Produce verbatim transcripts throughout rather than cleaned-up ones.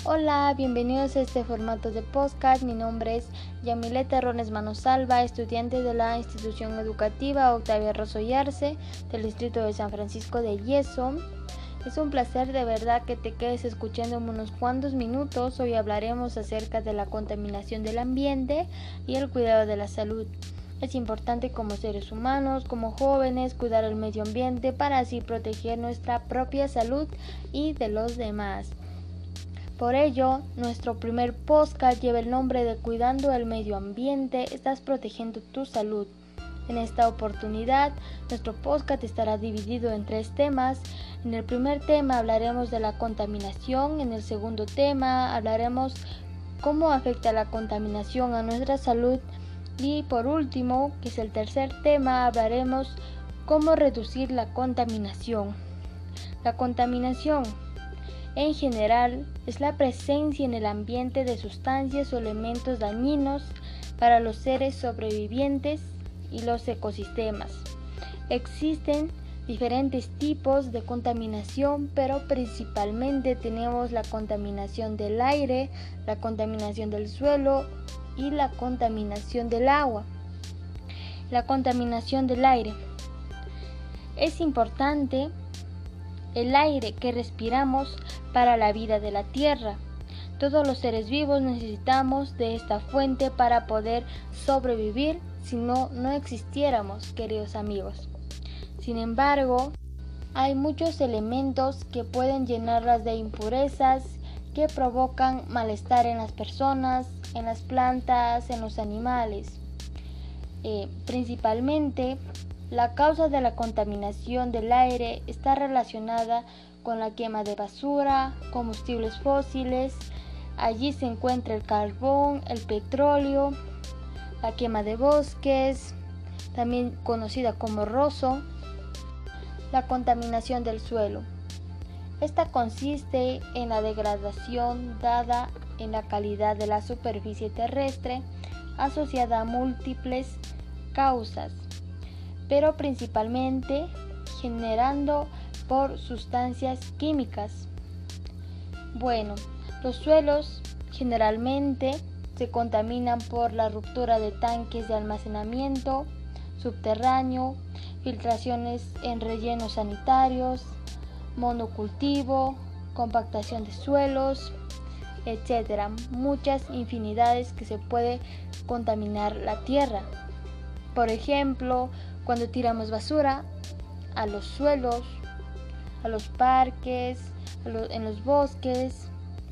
Hola, bienvenidos a este formato de podcast. Mi nombre es Yamileta Rones Manosalva, estudiante de la institución educativa Octavia Rosso y Arce del distrito de San Francisco de Yeso. Es un placer de verdad que te quedes escuchando en unos cuantos minutos. Hoy hablaremos acerca de la contaminación del ambiente y el cuidado de la salud. Es importante como seres humanos, como jóvenes, cuidar el medio ambiente para así proteger nuestra propia salud y de los demás. Por ello, nuestro primer podcast lleva el nombre de Cuidando el Medio Ambiente, estás protegiendo tu salud. En esta oportunidad, nuestro podcast estará dividido en tres temas. En el primer tema hablaremos de la contaminación, en el segundo tema hablaremos cómo afecta la contaminación a nuestra salud y por último, que es el tercer tema, hablaremos cómo reducir la contaminación. La contaminación en general, es la presencia en el ambiente de sustancias o elementos dañinos para los seres sobrevivientes y los ecosistemas. Existen diferentes tipos de contaminación, pero principalmente tenemos la contaminación del aire, la contaminación del suelo y la contaminación del agua. La contaminación del aire. Es importante el aire que respiramos para la vida de la tierra. Todos los seres vivos necesitamos de esta fuente para poder sobrevivir, si no, no existiéramos, queridos amigos. Sin embargo, hay muchos elementos que pueden llenarlas de impurezas que provocan malestar en las personas, en las plantas, en los animales. Eh, principalmente, la causa de la contaminación del aire está relacionada con la quema de basura, combustibles fósiles. Allí se encuentra el carbón, el petróleo, la quema de bosques, también conocida como rozo. La contaminación del suelo. Esta consiste en la degradación dada en la calidad de la superficie terrestre asociada a múltiples causas, pero principalmente generando por sustancias químicas. Bueno, los suelos generalmente se contaminan por la ruptura de tanques de almacenamiento subterráneo, filtraciones en rellenos sanitarios, monocultivo, compactación de suelos, etcétera. Muchas infinidades que se puede contaminar la tierra. Por ejemplo, cuando tiramos basura a los suelos, a los parques, a lo, en los bosques,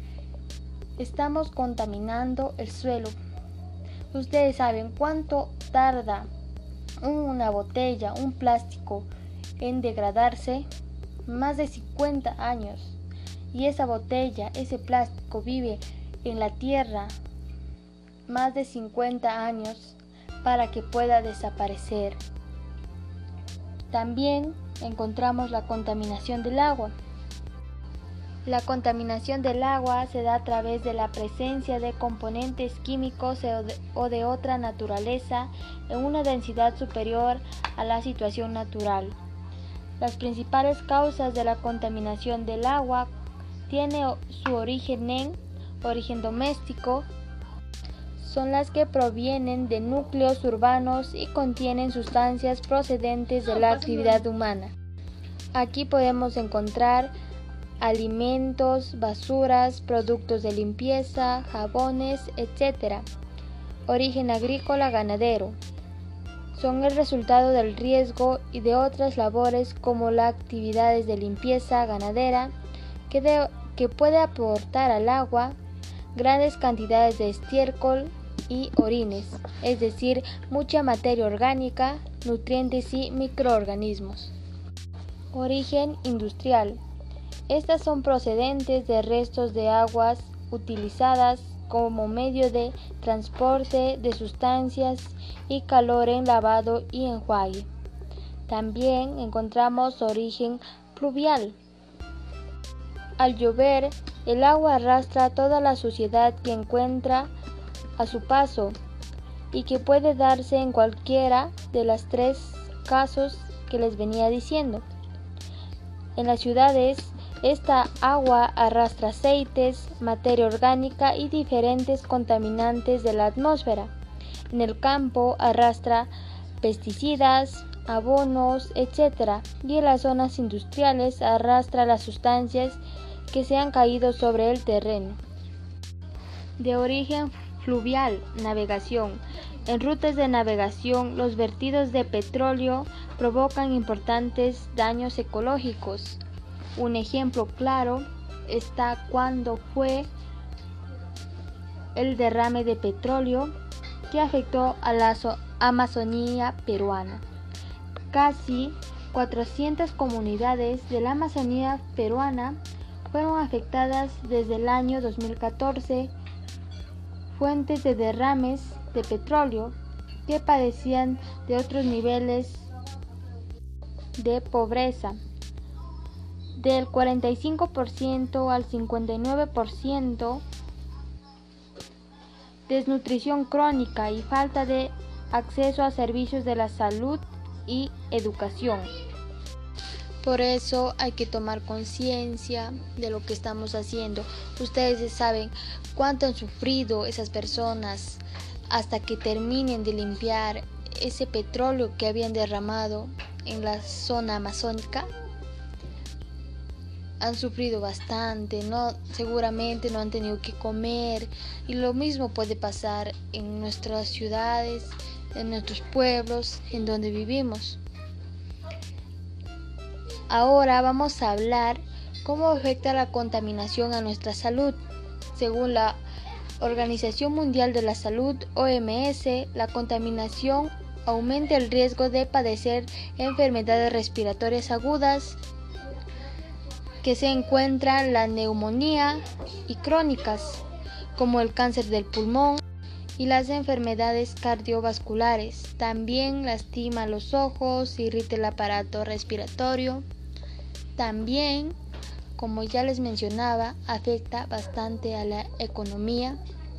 estamos contaminando el suelo. Ustedes saben cuánto tarda una botella, un plástico en degradarse, más de cincuenta años. Y esa botella, ese plástico vive en la tierra más de cincuenta años para que pueda desaparecer. También encontramos la contaminación del agua. La contaminación del agua se da a través de la presencia de componentes químicos o de otra naturaleza en una densidad superior a la situación natural. Las principales causas de la contaminación del agua tienen su origen en origen doméstico, son las que provienen de núcleos urbanos y contienen sustancias procedentes de la actividad humana. Aquí podemos encontrar alimentos, basuras, productos de limpieza, jabones, etcétera. Origen agrícola ganadero. Son el resultado del riesgo y de otras labores como las actividades de limpieza ganadera que, de, que puede aportar al agua grandes cantidades de estiércol y orines, es decir, mucha materia orgánica, nutrientes y microorganismos. Origen industrial. Estas son procedentes de restos de aguas utilizadas como medio de transporte de sustancias y calor en lavado y enjuague. También encontramos origen pluvial. Al llover, el agua arrastra toda la suciedad que encuentra a su paso y que puede darse en cualquiera de los tres casos que les venía diciendo. En las ciudades Esta agua arrastra aceites, materia orgánica y diferentes contaminantes de la atmósfera. En el campo arrastra pesticidas, abonos, etcétera, y en las zonas industriales arrastra las sustancias que se han caído sobre el terreno. De origen fluvial, navegación. En rutas de navegación, los vertidos de petróleo provocan importantes daños ecológicos. Un ejemplo claro está cuando fue el derrame de petróleo que afectó a la Amazonía peruana. Casi cuatrocientas comunidades de la Amazonía peruana fueron afectadas desde el año dos mil catorce, fuentes de derrames de petróleo que padecían de otros niveles de pobreza, del cuarenta y cinco por ciento al cincuenta y nueve por ciento, desnutrición crónica y falta de acceso a servicios de la salud y educación. Por eso hay que tomar conciencia de lo que estamos haciendo. Ustedes saben cuánto han sufrido esas personas hasta que terminen de limpiar ese petróleo que habían derramado en la zona amazónica. Han sufrido bastante, no, seguramente no han tenido que comer, y lo mismo puede pasar en nuestras ciudades, en nuestros pueblos, en donde vivimos. Ahora vamos a hablar cómo afecta la contaminación a nuestra salud. Según la Organización Mundial de la Salud, O M S, la contaminación aumenta el riesgo de padecer enfermedades respiratorias agudas, que se encuentran la neumonía y crónicas, como el cáncer del pulmón y las enfermedades cardiovasculares. También lastima los ojos, irrita el aparato respiratorio. También, como ya les mencionaba, afecta bastante a la economía.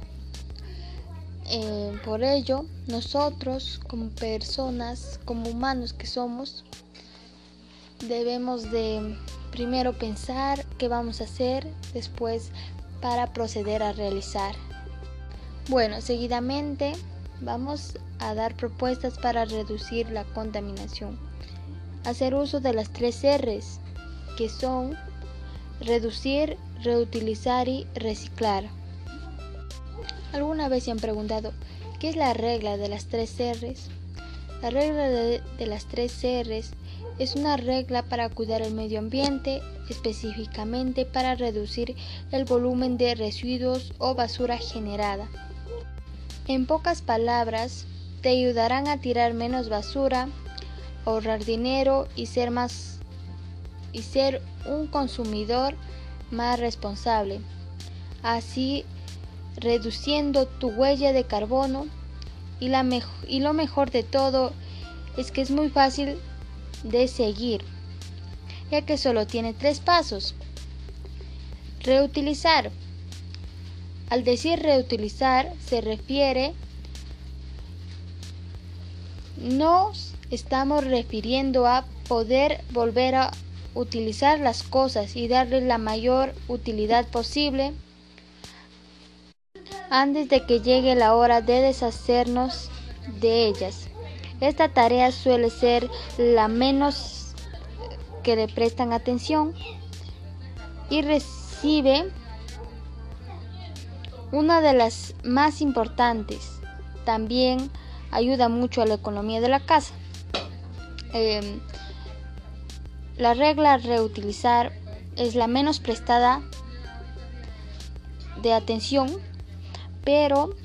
Eh, por ello, nosotros como personas, como humanos que somos, debemos de primero pensar qué vamos a hacer, después para proceder a realizar. Bueno, seguidamente vamos a dar propuestas para reducir la contaminación. Hacer uso de las tres R's, que son reducir, reutilizar y reciclar. ¿Alguna vez se han preguntado qué es la regla de las tres R's? La regla de, de las tres R's es una regla para cuidar el medio ambiente, específicamente para reducir el volumen de residuos o basura generada. En pocas palabras, te ayudarán a tirar menos basura, ahorrar dinero y ser más y ser un consumidor más responsable, así reduciendo tu huella de carbono. Y, la me- y lo mejor de todo es que es muy fácil de seguir, ya que solo tiene tres pasos. Reutilizar. Al decir reutilizar se refiere, nos estamos refiriendo a poder volver a utilizar las cosas y darle la mayor utilidad posible antes de que llegue la hora de deshacernos de ellas. Esta tarea suele ser la menos que le prestan atención y recibe una de las más importantes. También ayuda mucho a la economía de la casa. Eh, la regla reutilizar es la menos prestada de atención, pero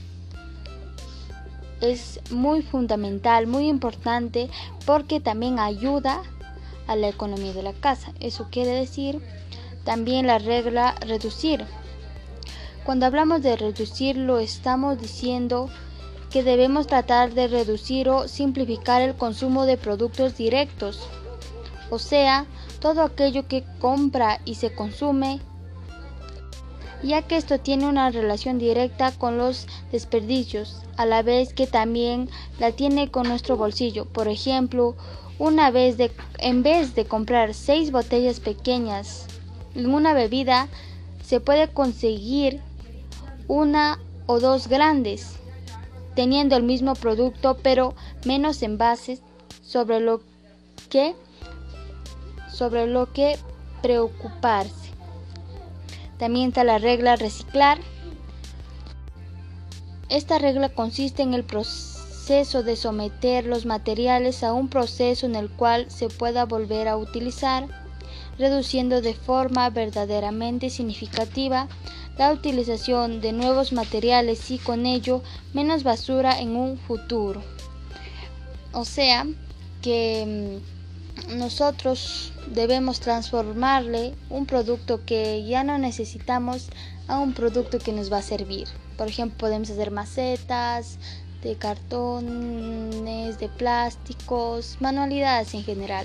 es muy fundamental, muy importante, porque también ayuda a la economía de la casa. Eso quiere decir también la regla reducir. Cuando hablamos de reducir, lo estamos diciendo que debemos tratar de reducir o simplificar el consumo de productos directos, o sea, todo aquello que compra y se consume, ya que esto tiene una relación directa con los desperdicios, a la vez que también la tiene con nuestro bolsillo. Por ejemplo, una vez de, en vez de comprar seis botellas pequeñas En una bebida se puede conseguir una o dos grandes, teniendo el mismo producto pero menos envases, sobre lo que, sobre lo que preocuparse. También está la regla reciclar. Esta regla consiste en el proceso de someter los materiales a un proceso en el cual se pueda volver a utilizar, reduciendo de forma verdaderamente significativa la utilización de nuevos materiales y con ello menos basura en un futuro. O sea que nosotros debemos transformarle un producto que ya no necesitamos a un producto que nos va a servir. Por ejemplo, podemos hacer macetas de cartones, de plásticos, manualidades en general.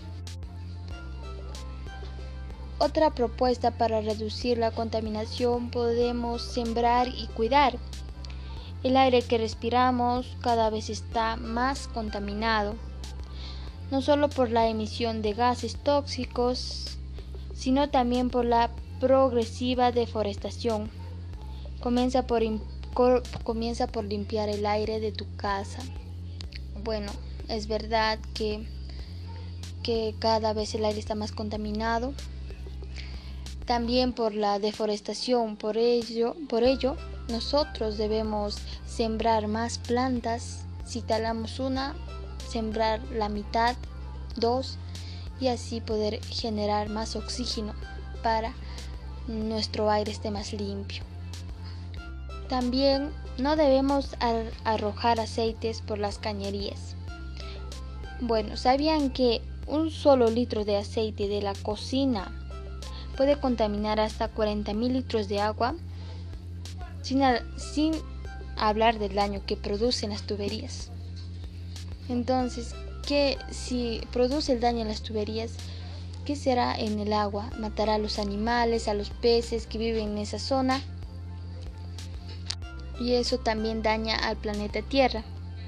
Otra propuesta para reducir la contaminación: podemos sembrar y cuidar. El aire que respiramos cada vez está más contaminado, no solo por la emisión de gases tóxicos, sino también por la progresiva deforestación. Comienza por, comienza por limpiar el aire de tu casa. Bueno, es verdad que, que cada vez el aire está más contaminado, también por la deforestación. Por ello, por ello, nosotros debemos sembrar más plantas. Si talamos una, sembrar la mitad, dos, y así poder generar más oxígeno para nuestro aire esté más limpio. También no debemos ar- arrojar aceites por las cañerías. Bueno, ¿sabían que un solo litro de aceite de la cocina puede contaminar hasta cuarenta mil litros de agua? Sin, a- sin hablar del daño que producen las tuberías. Entonces, ¿qué si produce el daño en las tuberías? ¿Qué será en el agua? Matará a los animales, a los peces que viven en esa zona, y eso también daña al planeta Tierra.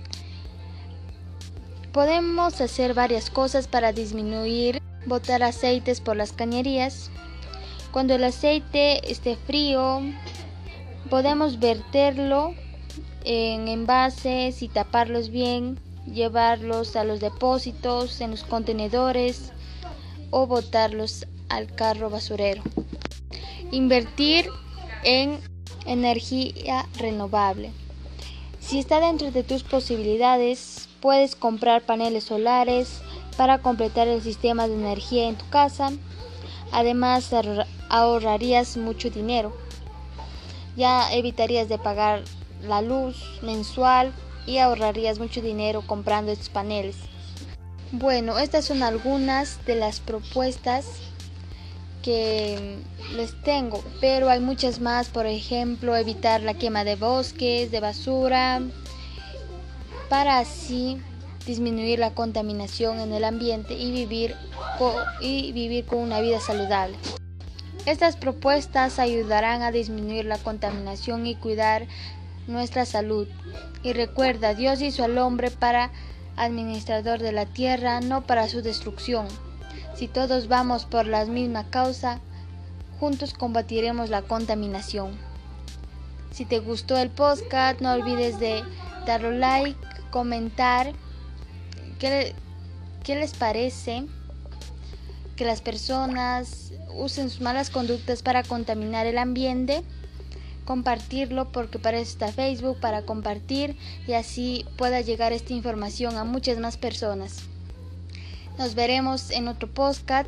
Podemos hacer varias cosas para disminuir botar aceites por las cañerías. Cuando el aceite esté frío, podemos verterlo en envases y taparlos bien, llevarlos a los depósitos, en los contenedores, o botarlos al carro basurero. Invertir en energía renovable. Si está dentro de tus posibilidades, puedes comprar paneles solares para completar el sistema de energía en tu casa. Además, ahorrarías mucho dinero. Ya evitarías de pagar la luz mensual y ahorrarías mucho dinero comprando estos paneles. Bueno, estas son algunas de las propuestas que les tengo, pero hay muchas más. Por ejemplo, evitar la quema de bosques, de basura, para así disminuir la contaminación en el ambiente y vivir con, y vivir con una vida saludable. Estas propuestas ayudarán a disminuir la contaminación y cuidar nuestra salud. Y recuerda, Dios hizo al hombre para administrador de la tierra, no para su destrucción. Si todos vamos por la misma causa, juntos combatiremos la contaminación. Si te gustó el podcast, no olvides de darle like, comentar qué, qué les parece que las personas usen sus malas conductas para contaminar el ambiente. Compartirlo, porque para eso está Facebook, para compartir y así pueda llegar esta información a muchas más personas. Nos veremos en otro podcast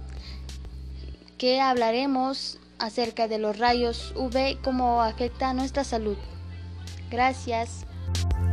que hablaremos acerca de los rayos U V, cómo afecta a nuestra salud. Gracias.